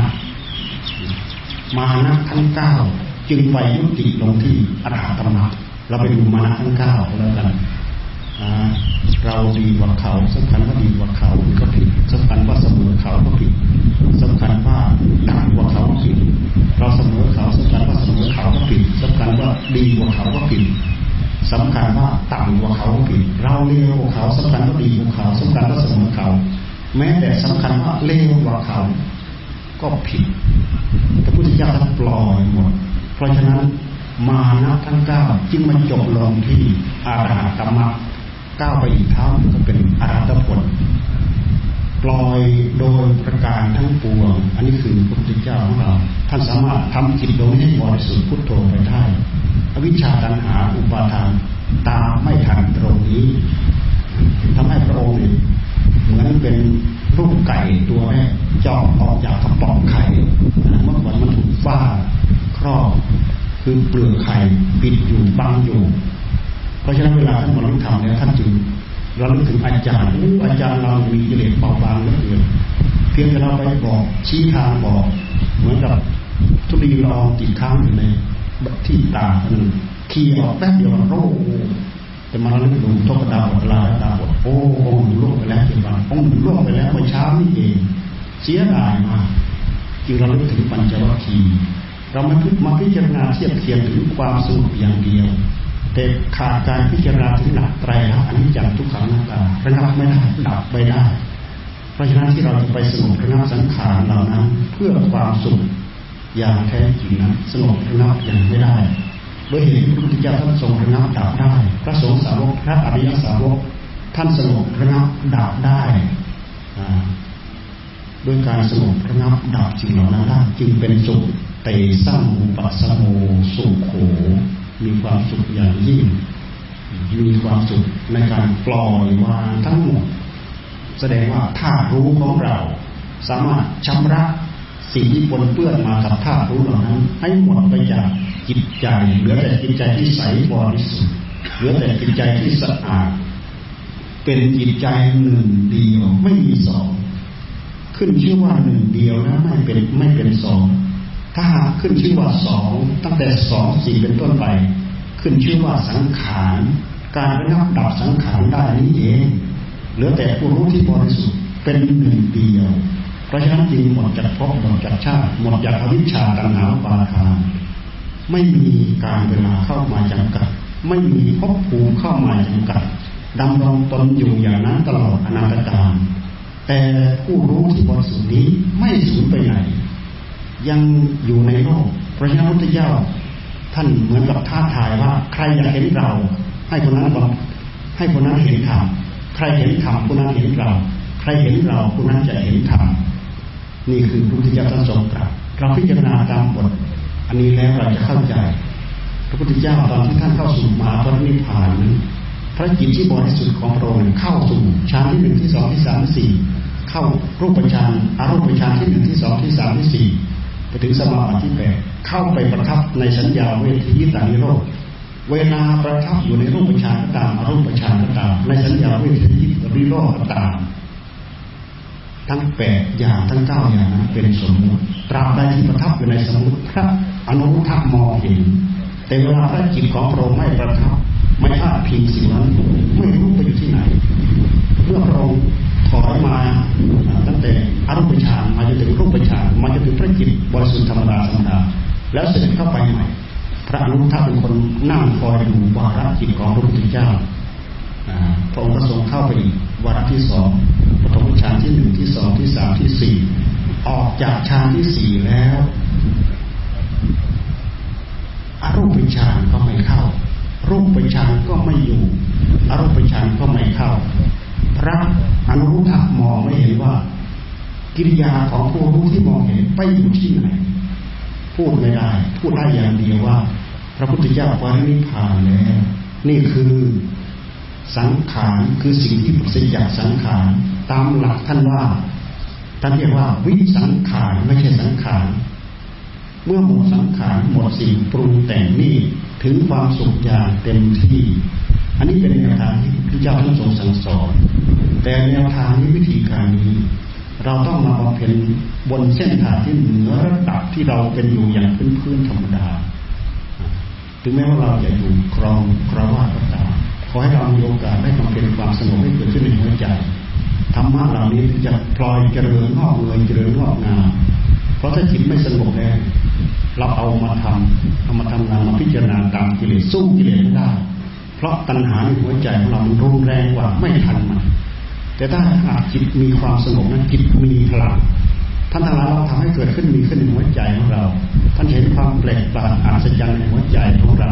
ทั้ง9จึงไปยุติลงที่อรหัตตมรรคเราไปดูมานะทั้ง9แล้วกันเราดีกว่าเขาสำคัญว่าดีกว่าเขาก็ผิดสำคัญว่าเสมอเขาก็ผิดสำคัญว่าต่ำกว่าเขาก็ผิดเราเสมอเขาสำคัญว่าเสมอเขาก็ผิดสำคัญว่าดีกว่าเขาก็ผิดสำคัญว่าต่ำกว่าเขาก็ผิดเราเลวกว่าเขาสำคัญว่าดีกว่าเขาสำคัญว่าเสมอเขาแม้แต่สำคัญว่าเลวกว่าเขาก็ผิดแต่พุทธเจ้าท่านปล่อยหมดเพราะฉะนั้นมานะทั้ง9จึงมาจบลงที่อรหัตตมรรคก้าวไปอีกเท้าก็เป็นอรหัตผลปล่อยโดยประการทั้งปวงอันนี้คือพระพุทธเจ้าของเราท่านสามารถทำจิตดวงนี้ให้บริสุทธิ์พุทโธไปได้อวิชชาตัณหาอุปาทานตามไม่ทันตรงนี้ทำให้พระองค์เหมือนเป็นลูกไก่ตัวแรกเจาะออกจากกระป๋องไข่เมื่อก่อนมันถูกฝ้าครอบคือเปลือกไข่ปิดอยู่บังอยู่เพราะฉะนั้นเวลาท่านบรรลุธรรมเนี่ยท่านจึงเราลึกถึงอาจารย์เรามีกิเลสเบาบางเหลือเกินเพียงแต่เราไปบอกชี้ทางบอกเหมือนกับทุลีละอองติดค้างอยู่ในที่ตาหนึ่งขี่ออกแป๊บเดียวโอ้แต่มาเราลึกดูทกดาบทลาดาบทโอ้องค์ล่วงไปแล้วเจ็ดวันองค์ล่วงไปแล้วเมื่อเช้านี่เองเสียดายมากจึงเราลึกถึงปัญจวัคคีย์เรามาพิจารณาเทียบเทียงถึงความสงบอย่างเดียวแต่ขาดการพิจารณาถึงหลักไตรลักษณ์อนิจจังทุกขังอนัตตาระงับไม่ได้ดับไม่ได้เพราะฉะนั้นที่เราจะไปสงบระงับสังขารเหล่านั้นเพื่อความสุขอย่างแท้จริงนั้นสงบระงับอย่างไม่ได้โดยเหตุที่พระพุทธเจ้าท่านทรงระงับดับได้พระสงฆ์สาวกพระอริยสาวกท่านสงบระงับดับได้โดยการสงบระงับดับสิ่งเหล่านั้นได้จึงเป็นสุขเตสังอุปัสสโมสุขโขมีความสุขอย่างยิ่งมีความสุขในการปล่อยวางทั้งหมดแสดงว่าธาตุรู้ของเราสามารถชำระสิ่งที่ปนเปื้อนมากับธาตุรู้เหล่านั้นให้หมดไปจากจิตใจเหลือแต่จิตใจที่ใสบริสุทธิ์เหลือแต่จิตใจที่สะอาดเป็นจิตใจหนึ่งเดียวไม่มีสองขึ้นชื่อว่าหนึ่งเดียวนะไม่เป็นสองถ้าขึ้นชื่อว่าสองตั้งแต่2-4เป็นต้นไปขึ้นชื่อว่าสังขารการระงับดับสังขารได้นี้เองเหลือแต่ผู้รู้ที่บริสุทธิ์เป็นหนึ่งเดียวเพราะฉะนั้นจึงหมดจากภพหมดจากชาติหมดจากอวิชชาตัณหาอุปาทานไม่มีการเวลาเข้ามาจำกัดไม่มีภพภูมิเข้ามาจำกัดดำรงตนอยู่อย่างนั้นตลอดอนันตกาลแต่ผู้รู้ที่บริสุทธิ์นี้ไม่สูญไปไหนยังอยู่ในโลกเพราะฉะนั้นพระพุทธเจ้าท่านเหมือนกับท้าทายว่าใครอยากเห็นเราให้คนนั้นเห็นธรรมใครเห็นธรรมคนนั้นเห็นเราใครเห็นเราคนนั้นจะเห็นธรรมนี่คือพระพุทธเจ้าท่านทรงตรัสเราพิจารณาตามบทอันนี้แล้วเราจะเข้าใจพระพุทธเจ้าตอนที่ท่านเข้าสู่มหาปรินิพพานนั้นพระจิตที่บริสุทธิ์ของพระองค์เข้าสู่ฌานที่1ที่2ที่3ที่4เข้ารูปฌานอรูปฌานที่1ที่2ที่3ที่4ไปถึงสมาบัติที่8เข้าไปประทับในสัญญาเวทยิตานิโรธเวลาประทับอยู่ในรูปฌานก็ตามอรูปฌานก็ตามในสัญญาเวทยิตานิโรธก็ตามทั้ง8อย่างทั้ง9อย่างนั้นเป็นสมมุติตราบใดที่ประทับอยู่ในสมมุติพระอนุรุทธะมองเห็นแต่เวลาพระจิตของพระองค์ไม่ประทับไม่พลาดพิงสิ่งนั้นไม่รู้ไปอยู่ที่ไหนเมื่อพระองค์ถอยมาตั้งแต่อรูปฌานมาจนถึงรูปฌานมาจนถึงพระจิตบริสุทธิ์ธรรมดาแล้วเสด็จเข้าไปใหม่พระอนุรุทธะเป็นคนนั่งคอยดูวาระจิตของพระพุทธเจ้าพระองค์ก็ทรงเข้าไปอีกวาระที่สองปฐมฌานที่หนึ่งที่สองที่สามที่สี่ออกจากฌานที่สี่แล้วอรูปฌานก็ไม่เข้ารูปฌานก็ไม่อยู่อรูปฌานก็ไม่เข้าพระอนุรุทธะมองไม่เห็นว่ากิริยาของผู้รู้ที่มองเห็นไปอยู่ที่ไหนพูดไม่ได้พูดได้อย่างเดียวว่าพระพุทธเจ้าปรินิพพานแล้วนี่คือสังขารคือสิ่งที่ปราศจากสังขารตามหลักท่านว่าท่านเรียกว่าวิสังขารไม่ใช่สังขารเมื่อหมดสังขารหมดสิ่งปรุงแต่งนี่ถึงความสุขอย่างเต็มที่อันนี้เป็นแนวทางที่พระเจ้าท่านทรงสั่งสอนแต่แนวทางนี้วิธีการนี้เราต้องมาบำเพ็ญบนเส้นทางที่เหนือระดับที่เราเป็นอยู่อย่างพื้นๆธรรมดาถึงแม้ว่าเราจะอยู่ครองคราวาสก็ตามขอให้เรามีโอกาสได้บำเพ็ญความสงบให้เกิดขึ้นในหัวใจธรรมะเหล่านี้จะพลอยเจริญงอกเงยเจริญงอกงามเพราะถ้าจิตไม่สงบแล้วเราเอามาทำงานมาพิจารณาตามกิเลสสู้กิเลสไม่ได้เพราะตัณหาในหัวใจของเรามันรุนแรงกว่าไม่ทันมันแต่ถ้าหากจิตมีความสงบนั้นจิตมีพลังท่านทั้งหลายเราทำให้เกิดขึ้นมีขึ้นในหัวใจของเราท่านเห็นความแปลกประหลาดอัศจรรย์ในหัวใจของเรา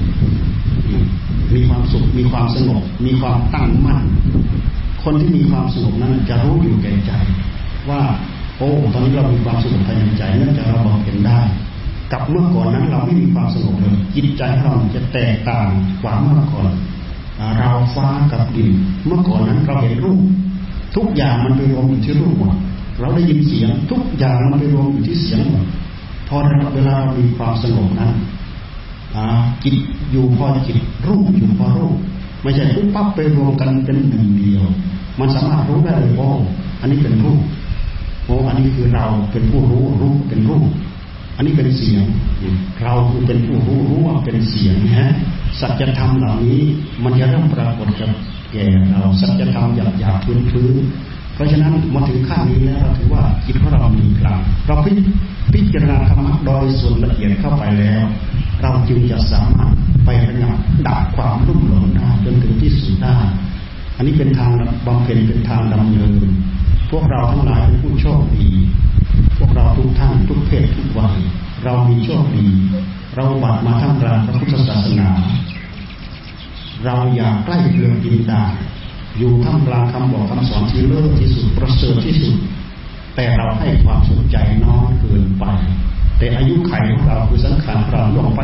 มีความสุขมีความสงบมีความตั้งมั่นคนที่มีความสงบนั้นจะรู้อยู่แก่ใจว่าโอ้ตอนนี้เรามีความสงบภายในใจเนื่องจากเราบำเพ็ญได้กับเมื่อก่อนนั้นเราไม่มีความสงบเลยจิตใจของเราจะแตกต่างกว่าเมื่อก่อนเราฟ้ากับดินเมื่อก่อนนั้นเราเห็นรูปทุกอย่างมันไปรวมอยู่ที่รูปหมดเราได้ยินเสียงทุกอย่างมันไปรวมอยู่ที่เสียงหมดพอเวลาเรามีความสงบนั้นจิตอยู่พอจิตรูปอยู่พอรูปไม่ใช่ปุ๊บปั๊บไปรวมกันเป็นหนึ่งเดียวมันสามารถรู้ได้เลยว่าอันนี้เป็นรูปโอ้อันนี้คือเราเป็นผู้รู้รู้เป็นรูปอันนี้เป็นเสียงเราคือเป็นผู้รู้รู้ว่าเป็นเสียงฮะสัจธรรมเหล่านี้มันจะเริ่มปรากฏกับแก่เราสัจธรรมหยาบๆพื้นๆเพราะฉะนั้นมาถึงขั้นนี้แล้วเราถือว่าจิตของเรามีพลังเราพิจารณาธรรมะโดยส่วนละเอียดเข้าไปแล้วเราจึงจะสามารถไประงับดับความรุ่มหลงได้จนถึงที่สุดได้อันนี้เป็นทางบำเพ็ญเป็นทางดำเนินพวกเราทั้งหลายเป็นผู้โชคดีพวกเราทุกท่านทุกเพศทุกวัยเรามีโชคดีเราบัดมาท่ามกลางพระพุทธศาสนาเราอยากใกล้เรือนดินดาอยู่ท่ามกลางคำบอกคำสอนที่เลิศที่สุดประเสริฐที่สุดแต่เราให้ความสนใจน้อยเกินไปแต่อายุขัยของเราคือสังขารเราลงไป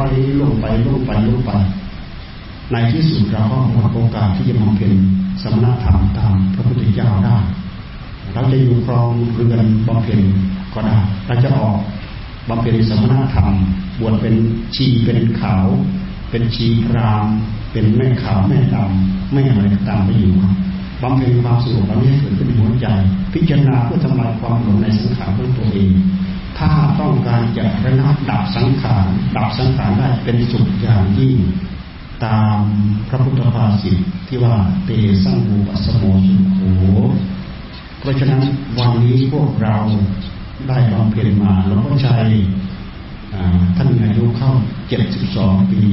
ในที่สุดเราก็หมดโอกาสที่จะบำเพ็ญสมณธรรมตามพระพุทธเจ้าได้เราจะอยู่ครองเรือนบำเพ็ญก็ได้เราจะออกบำเพ็ญสมณธรรมบวชเป็นชีเป็นขาวเป็นชีพรามเป็นแม่ขาวแม่ดำไม่อะไรตามไปอยู่บำเพ็ญความสงบเราไม่ให้เกิดขึ้นในหัวใจพิจารณาเพื่อทำลายความหลงในสังขารของตัวเองถ้าต้องการจะระงับดับสังขารได้เป็นสุขอย่างยิ่งตามพระพุทธภาษิตที่ว่าเตสังหูปัสสโมสุโขเพราะฉะนั้นวันนี้พวกเราได้บำเพ็ญมาหลวงพ่อชัยท่านอายุเข้า72 ปี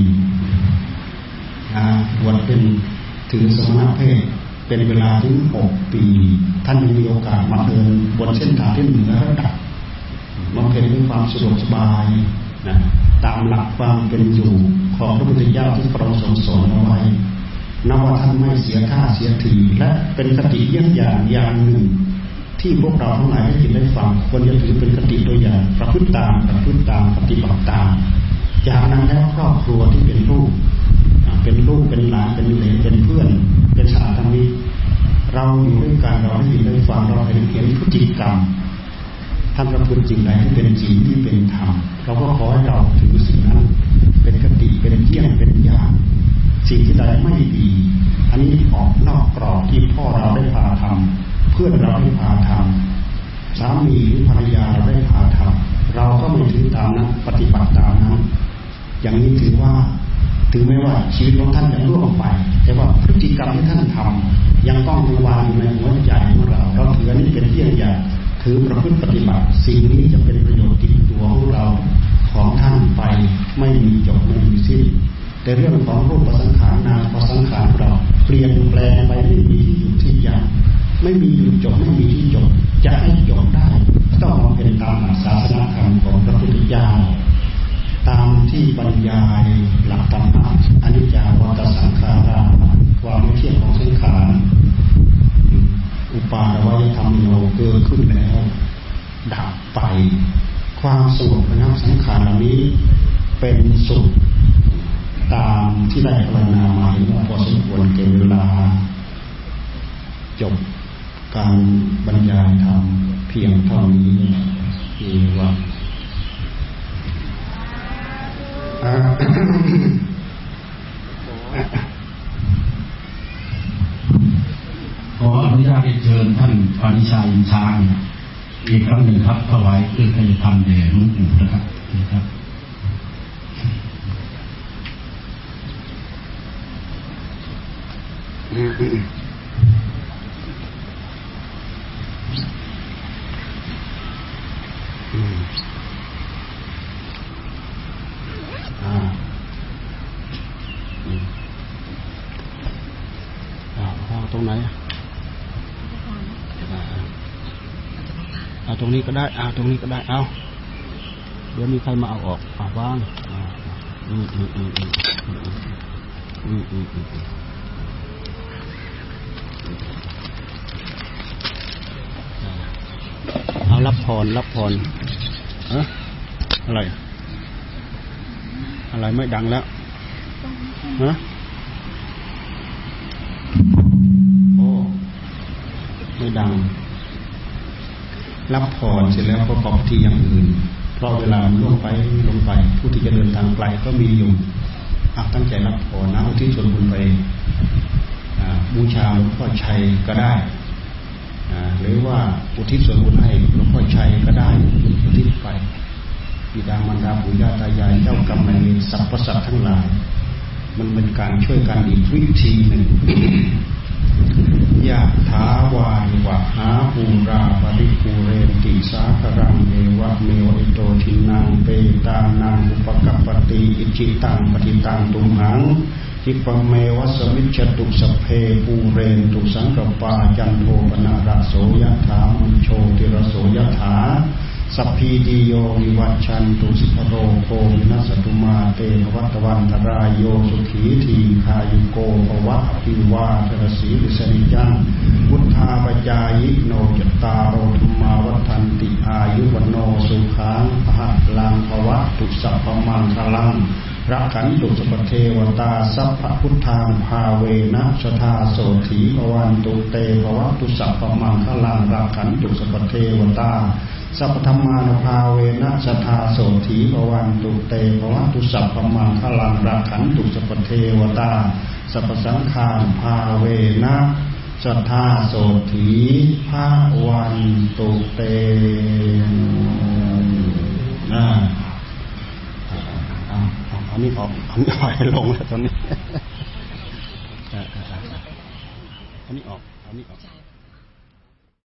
บวชเป็นถือสมณเพศเป็นเวลาถึง6 ปีท่านมีโอกาสมาเดินบนเส้นทางที่เหนือระดับบำเพ็ญด้วยความสะดวกสบายนะตามหลักความเป็นอยู่ของพระพุทธเจ้าที่พระองค์ทรงสอนเอาไว้นับว่าท่านไม่เสียค่าเสียทีและเป็นคติเยี่ยมอย่างหนึ่งที่พวกเราทั้งหลายได้ยินได้ฟังควรจะถือเป็นคติตัวอย่างประพฤติตามปฏิบัติตามจากนั้นแล้วครอบครัวที่เป็นลูกเป็นหลานเป็นเหลนเป็นเพื่อนเป็นสาธมิกเราอยู่ด้วยกันเราได้ยินได้ฟังเราเห็นพฤติกรรมท่านประพฤติสิ่งใดที่เป็นจริงที่เป็นธรรมเราก็ขอให้เราถือสิ่งนั้นเป็นคติเป็นเยี่ยงเป็นอย่างสิ่งที่ใดไม่ดีอันนี้ออกนอกกรอบที่พ่อเราได้พาทำเพื่อนเราได้พาทำสามีหรือภรรยาเราได้พาทำเราก็ไม่ถือตามนั้นปฏิบัติตามนั้นอย่างนี้ถือว่าถึงแม้ว่าชีวิตของท่านจะล่วงไปแต่ว่าพฤติกรรมที่ท่านทำยังต้องวางอยู่ในหัวใจของเราเราถืออันนี้เป็นเยี่ยงอย่างถือประพฤติปฏิบัติสิ่งนี้จะเป็นประโยชน์ติดตัวของเราของท่านไปไม่มีจบไม่มีสิ้นแต่เรื่องของรูปสังขารนามสังขารเราเปลี่ยนแปลงไปไม่มีที่หยุดที่ยั้งไม่มีหยุดจบไม่มีที่จบจะให้จบได้ต้องมาเป็นตามหลักศาสนาธรรมของพระพุทธเจ้าตามที่บรรยายหลักธรรมะอนิจจาวัฏสังขาราความไม่เที่ยงของสังขารอุปาทวยธรรมโนเกิดขึ้นแล้วดับไปความสงบระงับสังขารเหล่านี้เป็นสุขตามที่ได้พรรณนามาว่าพอสมควรเก็บเวลาจบการบรรยายธรรมเพียงเท่านี้ว่าขออนุญาตเชิญท่านปานิชาอินช้างอีกครั้งหนึ่งครับถวายเครื่องขยธรรมแด่หลวงปู่นะครับตรงไหนเอาตรงนี้ก็ได้ตรงนี้ก็ได้เอาเดี๋ยวมีใครมาเอาออกว่างเอารับพรอะไรไม่ดังแล้วฮะไม่ดังรับพรเสร็จแล้วประกอบพิธีอย่างอื่นเพราะเวลามันล่วงไปผู้ที่จะเดินทางไกลก็มีอยู่ตั้งใจรับพรนะอุทิศส่วนบุญไปบูชาหลวงพ่อชัยก็ได้หรือว่าอุทิศส่วนบุญให้หลวงพ่อชัยก็ได้อุทิศไปบิดามารดาปู่ย่าตายายเจ้ากรรมนายเวรสรรพสัตว์ทั้งหลายมันเป็นการช่วยกันอีกวิธีหนึ่งยะถาวาริวะหาปูราปริปูเรนติสาครังเอวะเมวะอิโตทินังเปตานังอุปกัปปติอิจิตังปฏิตังตุมหังจิปเมวะสมิจฉตุสัพเพปูเรนตุสังกปาจันโทปนะระโสยะถามุโชติระโสยะถาสัพพีติโยวิวัชชันตุสิภโรโควินัสตุมาเตภวัตวันตรายโยสุขีทีคายุโกภวะอภิวาทรสีวิสริจังพุทธาปจายโนจตารโรธรรมาวัฏันติอายุวโนสุขังภะลังภวะตุสัพพมังคลังรักขันตุสัพเทวตาสัพพพุทธาภาเวนะสทาโสถีภวันตุเตภวะตุสัพพมังคลังรักขันตุสัพเทวตาสัพพธรรมานุภาเวนะสัทธาโสถีภวันตุเตภวตุสัพพมังคลังรักขันตุสัพพเทวตาสัพพสังฆานุภาเวนะสัทธาโสถีภวันตุเตเอานี่ออกเอานี่ปล่อยลงแล้วตอนนี้อันนี้ออก